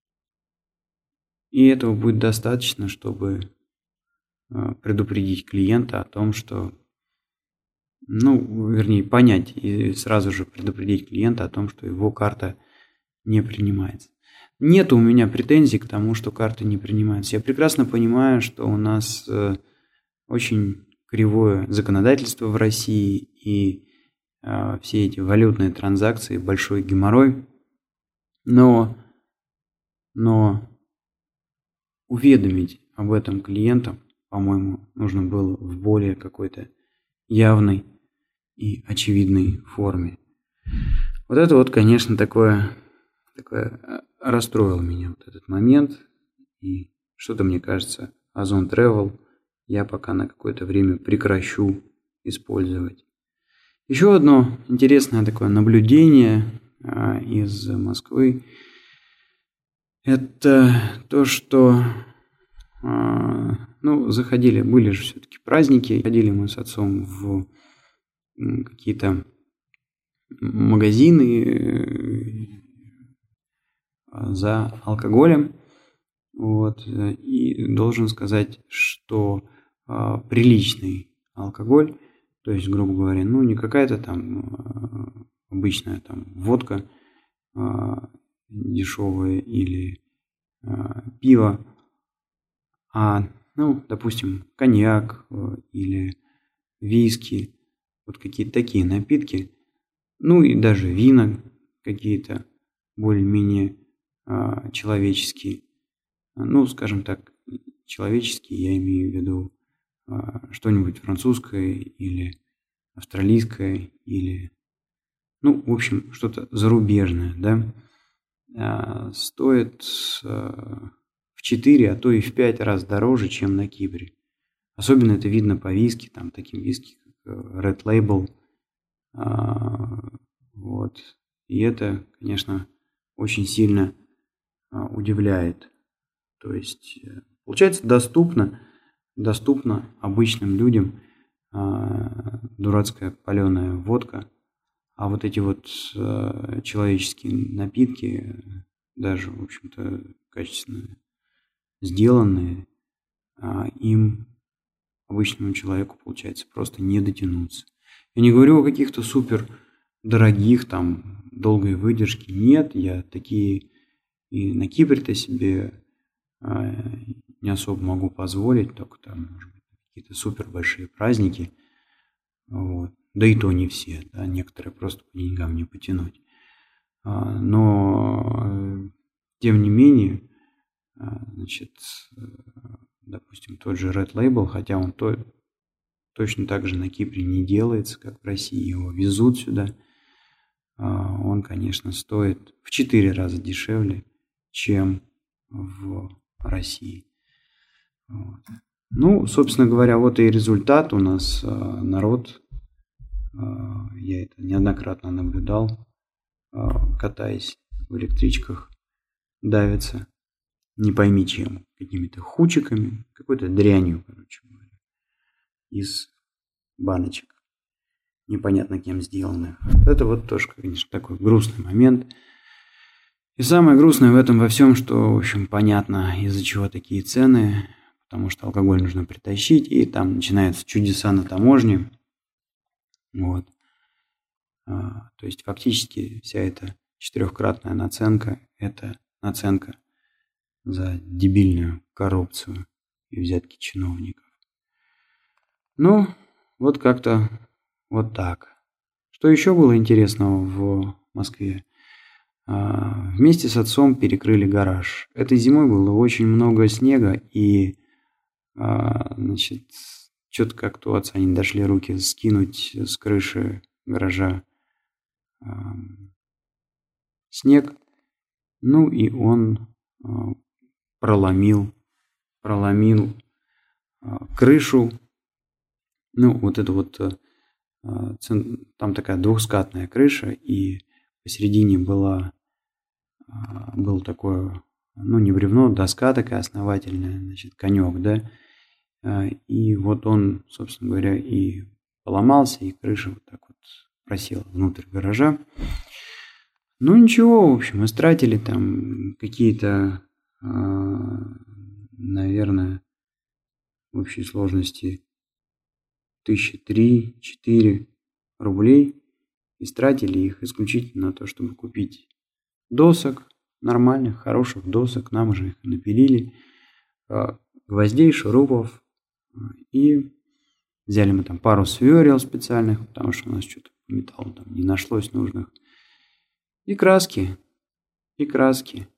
И этого будет достаточно, чтобы а, предупредить клиента о том, что Ну, вернее, понять и сразу же предупредить клиента о том, что его карта не принимается. Нет у меня претензий к тому, что карта не принимается. Я прекрасно понимаю, что у нас э, очень кривое законодательство в России, и э, все эти валютные транзакции, большой геморрой. Но, но уведомить об этом клиентам, по-моему, нужно было в более какой-то явной и очевидной форме. Вот это вот, конечно, такое, такое расстроило меня вот этот момент. И что-то, мне кажется, Озон Travel я пока на какое-то время прекращу использовать. Еще одно интересное такое наблюдение а, из Москвы. Это то, что а, ну, заходили, были же все-таки праздники, ходили мы с отцом в какие-то магазины за алкоголем. Вот. И должен сказать, что а, приличный алкоголь, то есть, грубо говоря, ну не какая-то там а, обычная там водка а, дешевая или а, пиво, а, ну, допустим, коньяк а, или виски, вот какие-то такие напитки, ну и даже вина какие-то более-менее а, человеческие. Ну, скажем так, человеческие, я имею в виду а, что-нибудь французское или австралийское, или, ну, в общем, что-то зарубежное, да, а, стоит а, в четыре, а то и в пять раз дороже, чем на Кипре. Особенно это видно по виски, там таким виски, как Red Label. А, вот. И это, конечно, очень сильно а, удивляет. То есть, получается, доступно, доступно обычным людям а, дурацкая паленая водка, а вот эти вот а, человеческие напитки, даже, в общем-то, качественно сделанные, а, им, обычному человеку, получается, просто не дотянуться. Я не говорю о каких-то супер дорогих, там, долгой выдержки. Нет, я такие и на Кипре-то себе а, не особо могу позволить, только там, может быть, какие-то супер большие праздники. Вот. Да и то не все, да, некоторые просто по деньгам не потянуть. А, но, тем не менее, а, значит, допустим, тот же Red Label, хотя он то, точно так же на Кипре не делается, как в России, его везут сюда, он, конечно, стоит в четыре раза дешевле, чем в России. Вот. Ну, собственно говоря, вот и результат. У нас народ, я это неоднократно наблюдал, катаясь в электричках, давится, не пойми чем, какими-то хучиками, какой-то дрянью, короче говоря, из баночек, непонятно кем сделанных. Это вот тоже, конечно, такой грустный момент. И самое грустное в этом во всем, что, в общем, понятно, из-за чего такие цены, потому что алкоголь нужно притащить, и там начинаются чудеса на таможне. Вот. А, то есть фактически вся эта четырехкратная наценка – это наценка за дебильную коррупцию и взятки чиновников. Ну, вот как-то вот так. Что еще было интересного в Москве? А, вместе с отцом перекрыли гараж. Этой зимой было очень много снега, и а, значит, что-то как-то у отца не дошли руки скинуть с крыши гаража а, снег. Ну и он а, проломил, проломил а, крышу. Ну, вот это вот, а, там такая двухскатная крыша, и посередине была, а, был такое, ну, не бревно, доска такая основательная, значит, конек, да. А, и вот он, собственно говоря, и поломался, и крыша вот так вот просела внутрь гаража. Ну, ничего, в общем, истратили там какие-то, а, наверное, в общей сложности тысячи три-четыре рублей, истратили их исключительно на то, чтобы купить досок, нормальных, хороших досок, нам уже их напилили, гвоздей, шурупов, и взяли мы там пару сверел специальных, потому что у нас что-то по металлу там не нашлось нужных, и краски, и краски.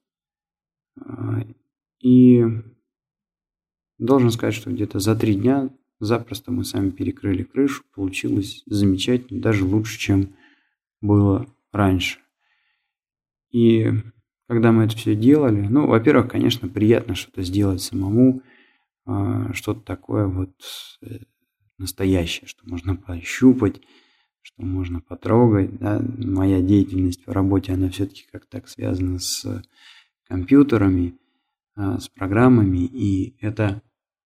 И должен сказать, что где-то за три дня запросто мы сами перекрыли крышу. Получилось замечательно, даже лучше, чем было раньше. И когда мы это все делали, ну, во-первых, конечно, приятно что-то сделать самому, что-то такое вот настоящее, что можно пощупать, что можно потрогать. Да? Моя деятельность по работе, она все-таки как-то так связана с компьютерами, с программами, и это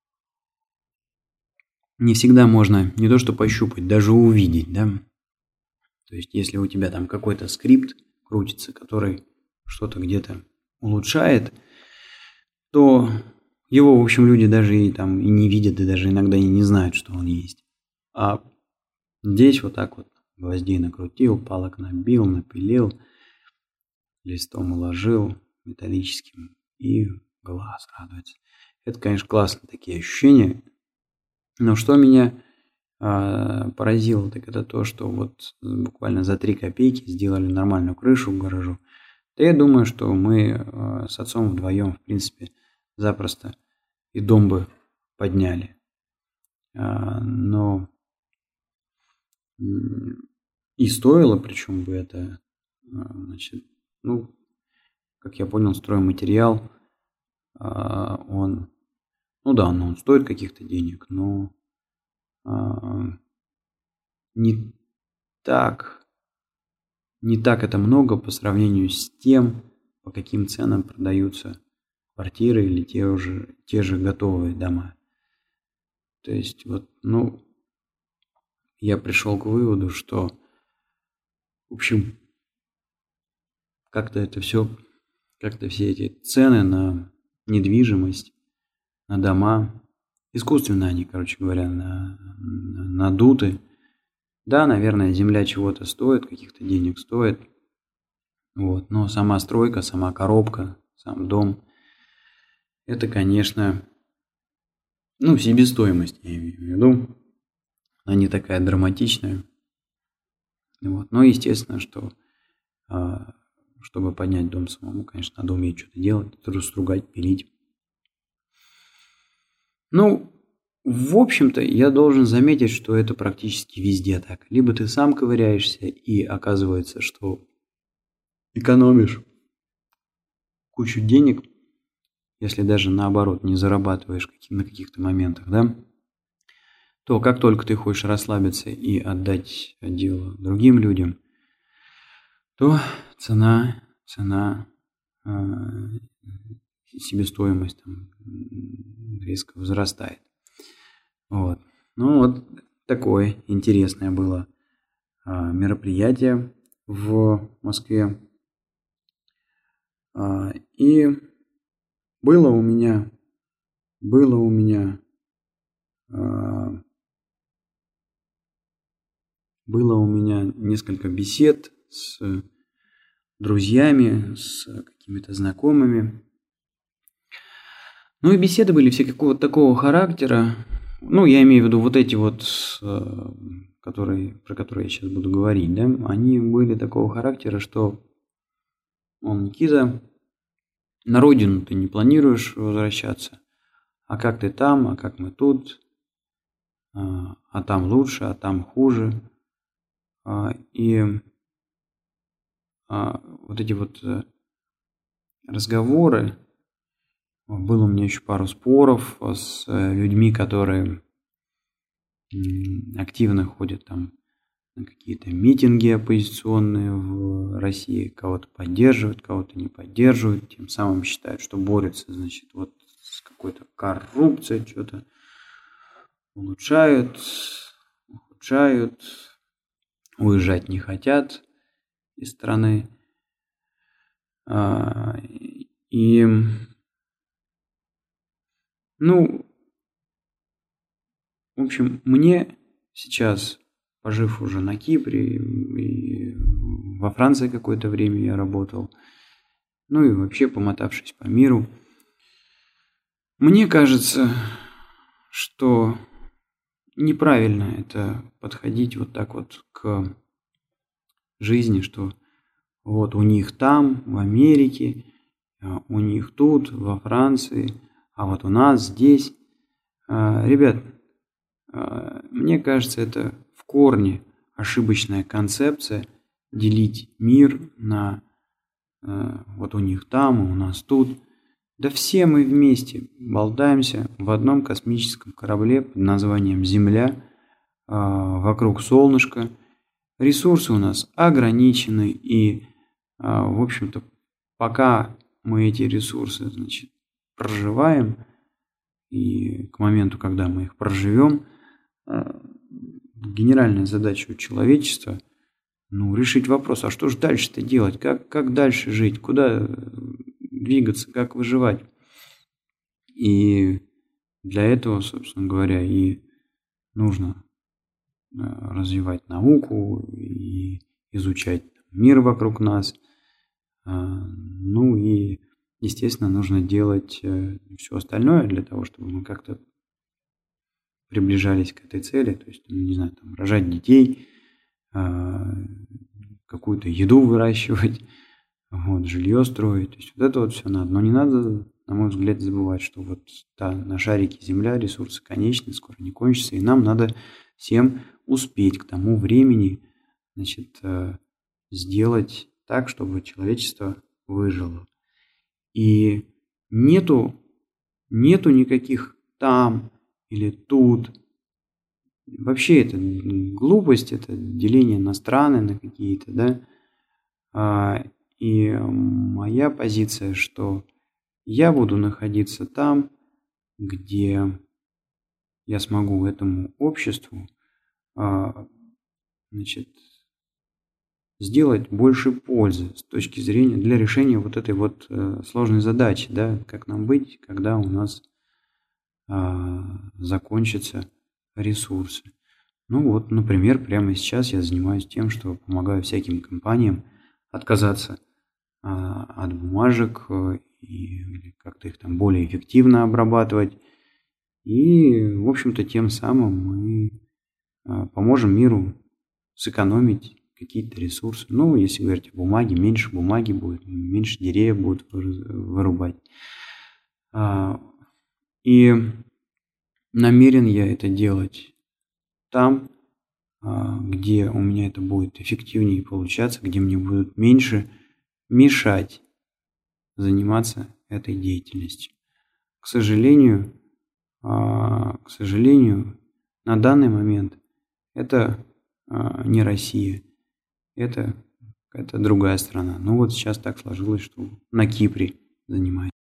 не всегда можно не то что пощупать, даже увидеть, да. То есть, если у тебя там какой-то скрипт крутится, который что-то где-то улучшает, то его, в общем, люди даже и там и не видят, и даже иногда и не знают, что он есть. А здесь вот так вот гвоздей накрутил, палок набил, напилил, листом уложил металлическим, и глаз радуется. Это, конечно, классные такие ощущения. Но что меня э, поразило, так это то, что вот буквально за три копейки сделали нормальную крышу к гаражу. Да я думаю, что мы э, с отцом вдвоем, в принципе, запросто и дом бы подняли. А, но и стоило, причем бы это, значит, ну, как я понял, стройматериал, а, он, ну да, он стоит каких-то денег, но а, не так, не так это много по сравнению с тем, по каким ценам продаются квартиры или те же, те же готовые дома. То есть вот, ну, я пришел к выводу, что, в общем, как-то это все, как-то все эти цены на недвижимость, на дома, искусственно они, короче говоря, на, на, надуты. Да, наверное, земля чего-то стоит, каких-то денег стоит, вот, но сама стройка, сама коробка, сам дом, это, конечно, ну, себестоимость, я имею в виду, она не такая драматичная. Вот. Но естественно, что а, чтобы поднять дом самому, конечно, надо уметь что-то делать, стругать, пилить. Ну, в общем-то, я должен заметить, что это практически везде так. Либо ты сам ковыряешься, и оказывается, что экономишь кучу денег, если даже наоборот не зарабатываешь на каких-то моментах, да, то как только ты хочешь расслабиться и отдать дело другим людям, то цена, цена, э, себестоимость там резко возрастает. Вот. Ну вот, такое интересное было а, мероприятие в Москве. А, и было у меня, было у меня, а, было у меня несколько бесед с друзьями, с какими-то знакомыми. Ну и беседы были все какого-то такого характера. Ну, я имею в виду вот эти вот, которые, про которые я сейчас буду говорить, да, они были такого характера, что он, Никита, на родину ты не планируешь возвращаться, а как ты там, а как мы тут, а, а там лучше, а там хуже. А, и а, вот эти вот разговоры, было у меня еще пару споров с людьми, которые активно ходят там на какие-то митинги оппозиционные в России, кого-то поддерживают, кого-то не поддерживают, тем самым считают, что борются, значит, вот с какой-то коррупцией, что-то улучшают, ухудшают, уезжать не хотят из страны. И, ну, в общем, мне сейчас, пожив уже на Кипре, и во Франции какое-то время я работал, ну и вообще помотавшись по миру, мне кажется, что неправильно это подходить вот так вот к жизни, что вот у них там, в Америке, у них тут, во Франции, а вот у нас здесь. Ребят, мне кажется, это в корне ошибочная концепция делить мир на вот у них там, у нас тут. Да все мы вместе болтаемся в одном космическом корабле под названием Земля, вокруг солнышка. Ресурсы у нас ограничены, и, в общем-то, пока мы эти ресурсы, значит, проживаем, и к моменту, когда мы их проживем, генеральная задача у человечества, ну, решить вопрос, а что же дальше-то делать, как, как дальше жить, куда двигаться, как выживать. И для этого, собственно говоря, и нужно развивать науку и изучать мир вокруг нас. Ну и, естественно, нужно делать все остальное для того, чтобы мы как-то приближались к этой цели. То есть, не знаю, там, рожать детей, какую-то еду выращивать, вот, жилье строить. То есть вот это вот все надо. Но не надо, на мой взгляд, забывать, что вот та, на шарике Земля, ресурсы конечны, скоро не кончатся, и нам надо всем успеть к тому времени, значит, сделать так, чтобы человечество выжило. И нету, нету никаких там или тут. Вообще это глупость, это деление на страны, на какие-то, да. И моя позиция, что я буду находиться там, где я смогу этому обществу, значит, сделать больше пользы с точки зрения для решения вот этой вот сложной задачи, да, как нам быть, когда у нас закончатся ресурсы. Ну вот, например, прямо сейчас я занимаюсь тем, что помогаю всяким компаниям отказаться от бумажек и как-то их там более эффективно обрабатывать. И, в общем-то, тем самым мы поможем миру сэкономить какие-то ресурсы. Ну, если говорить о бумаге, меньше бумаги будет, меньше деревьев будут вырубать. И намерен я это делать там, где у меня это будет эффективнее получаться, где мне будут меньше мешать заниматься этой деятельностью. К сожалению, к сожалению, на данный момент это не Россия, это какая-то другая страна. Ну вот сейчас так сложилось, что на Кипре занимаюсь.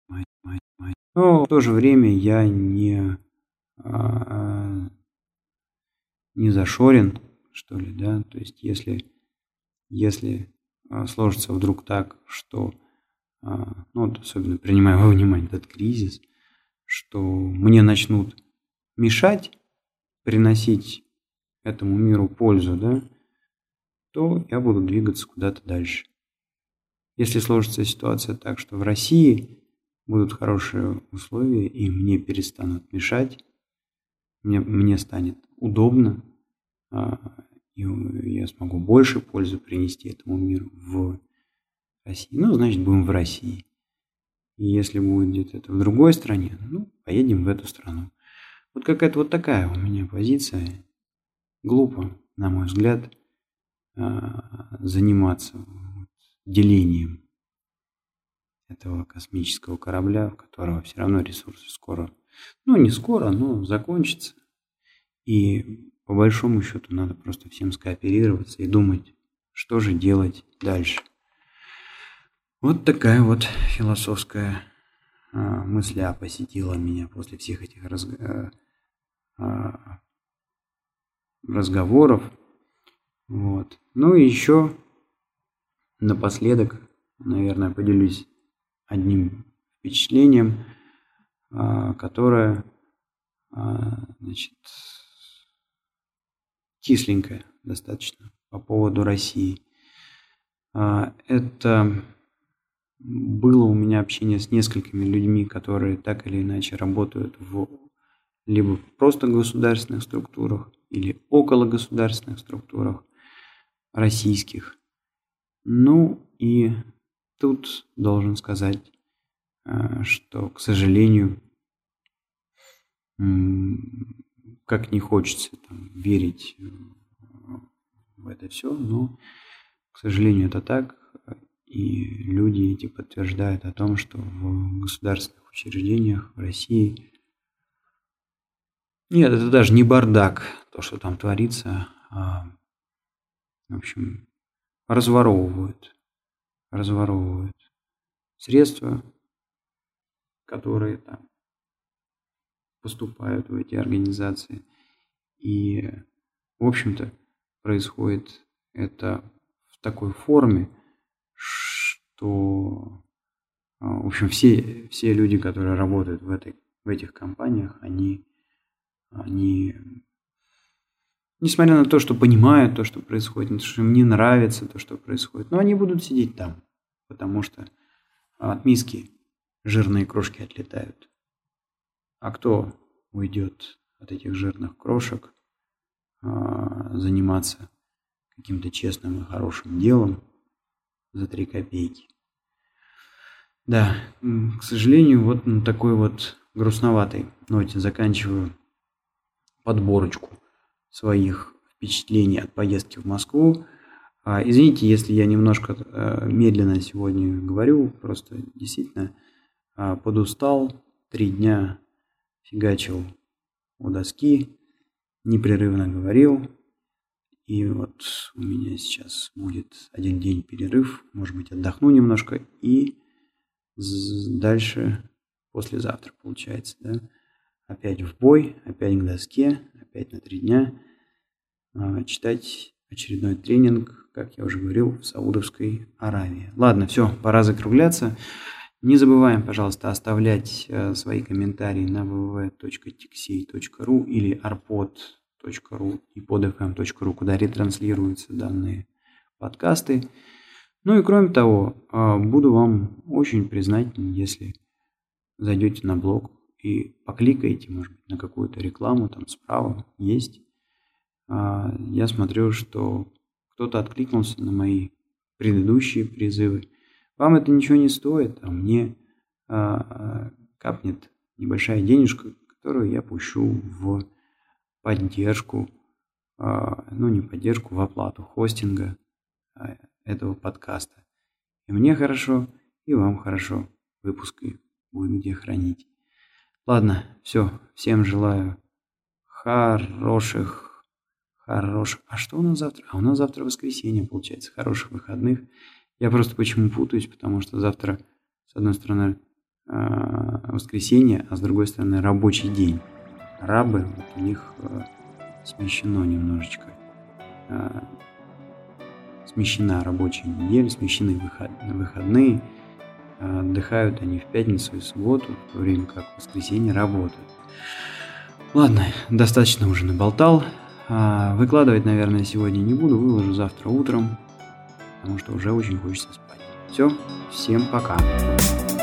Но в то же время я не, не зашорен, что ли, да, то есть если, если сложится вдруг так, что, ну, вот особенно принимая во внимание этот кризис, что мне начнут мешать приносить этому миру пользу, да, то я буду двигаться куда-то дальше. Если сложится ситуация так, что в России будут хорошие условия и мне перестанут мешать, мне, мне станет удобно, и я смогу больше пользы принести этому миру в России, ну, значит, будем в России. И если будет где-то это в другой стране, ну, поедем в эту страну. Вот какая-то вот такая у меня позиция. Глупо, на мой взгляд, заниматься делением этого космического корабля, у которого все равно ресурсы скоро, ну, не скоро, но закончатся. И по большому счету надо просто всем скооперироваться и думать, что же делать дальше. Вот такая вот философская а, мысля посетила меня после всех этих раз, а, а, разговоров. Вот. Ну и еще напоследок, наверное, поделюсь одним впечатлением, а, которое, а, значит, кисленькое достаточно по поводу России. А, это было у меня общение с несколькими людьми, которые так или иначе работают в либо просто государственных структурах, или около государственных структурах российских. Ну и тут должен сказать, что, к сожалению, как не хочется там верить в это все, но, к сожалению, это так. И люди эти подтверждают о том, что в государственных учреждениях в России нет, это даже не бардак, то, что там творится, а, в общем, разворовывают, разворовывают средства, которые там поступают в эти организации. И, в общем-то, происходит это в такой форме, что, в общем, все, все люди, которые работают в, этой, в этих компаниях, они, они, несмотря на то, что понимают то, что происходит, что им не нравится то, что происходит, но они будут сидеть там, потому что от миски жирные крошки отлетают. А кто уйдет от этих жирных крошек заниматься каким-то честным и хорошим делом за три копейки? Да, к сожалению, вот на такой вот грустноватой ноте заканчиваю подборочку своих впечатлений от поездки в Москву. Извините, если я немножко медленно сегодня говорю, просто действительно подустал, три дня фигачил у доски, непрерывно говорил. И вот у меня сейчас будет один день перерыв, может быть, отдохну немножко, и дальше, послезавтра, получается, да, опять в бой, опять к доске, опять на три дня читать очередной тренинг, как я уже говорил, в Саудовской Аравии. Ладно, все, пора закругляться. Не забываем, пожалуйста, оставлять свои комментарии на вэ вэ вэ точка тиксей точка ру или арпод точка ру и подфм точка ру, куда ретранслируются данные подкасты. Ну и кроме того, буду вам очень признателен, если зайдете на блог и покликаете, может быть, на какую-то рекламу, там справа есть. Я смотрю, что кто-то откликнулся на мои предыдущие призывы. Вам это ничего не стоит, а мне капнет небольшая денежка, которую я пущу в поддержку, ну не поддержку, в оплату хостинга этого подкаста. И мне хорошо, и вам хорошо. Выпуски будет где хранить. Ладно, все. Всем желаю хороших, хороших... А что у нас завтра? А у нас завтра воскресенье, получается. Хороших выходных. Я просто почему путаюсь, потому что завтра, с одной стороны, воскресенье, а с другой стороны, рабочий день. Рабы, вот у них смещено немножечко. Смещена рабочая неделя, смещены выход, выходные. Отдыхают они в пятницу и субботу, в то время как в воскресенье работают. Ладно, достаточно уже наболтал. Выкладывать, наверное, сегодня не буду, выложу завтра утром, потому что уже очень хочется спать. Все, всем пока.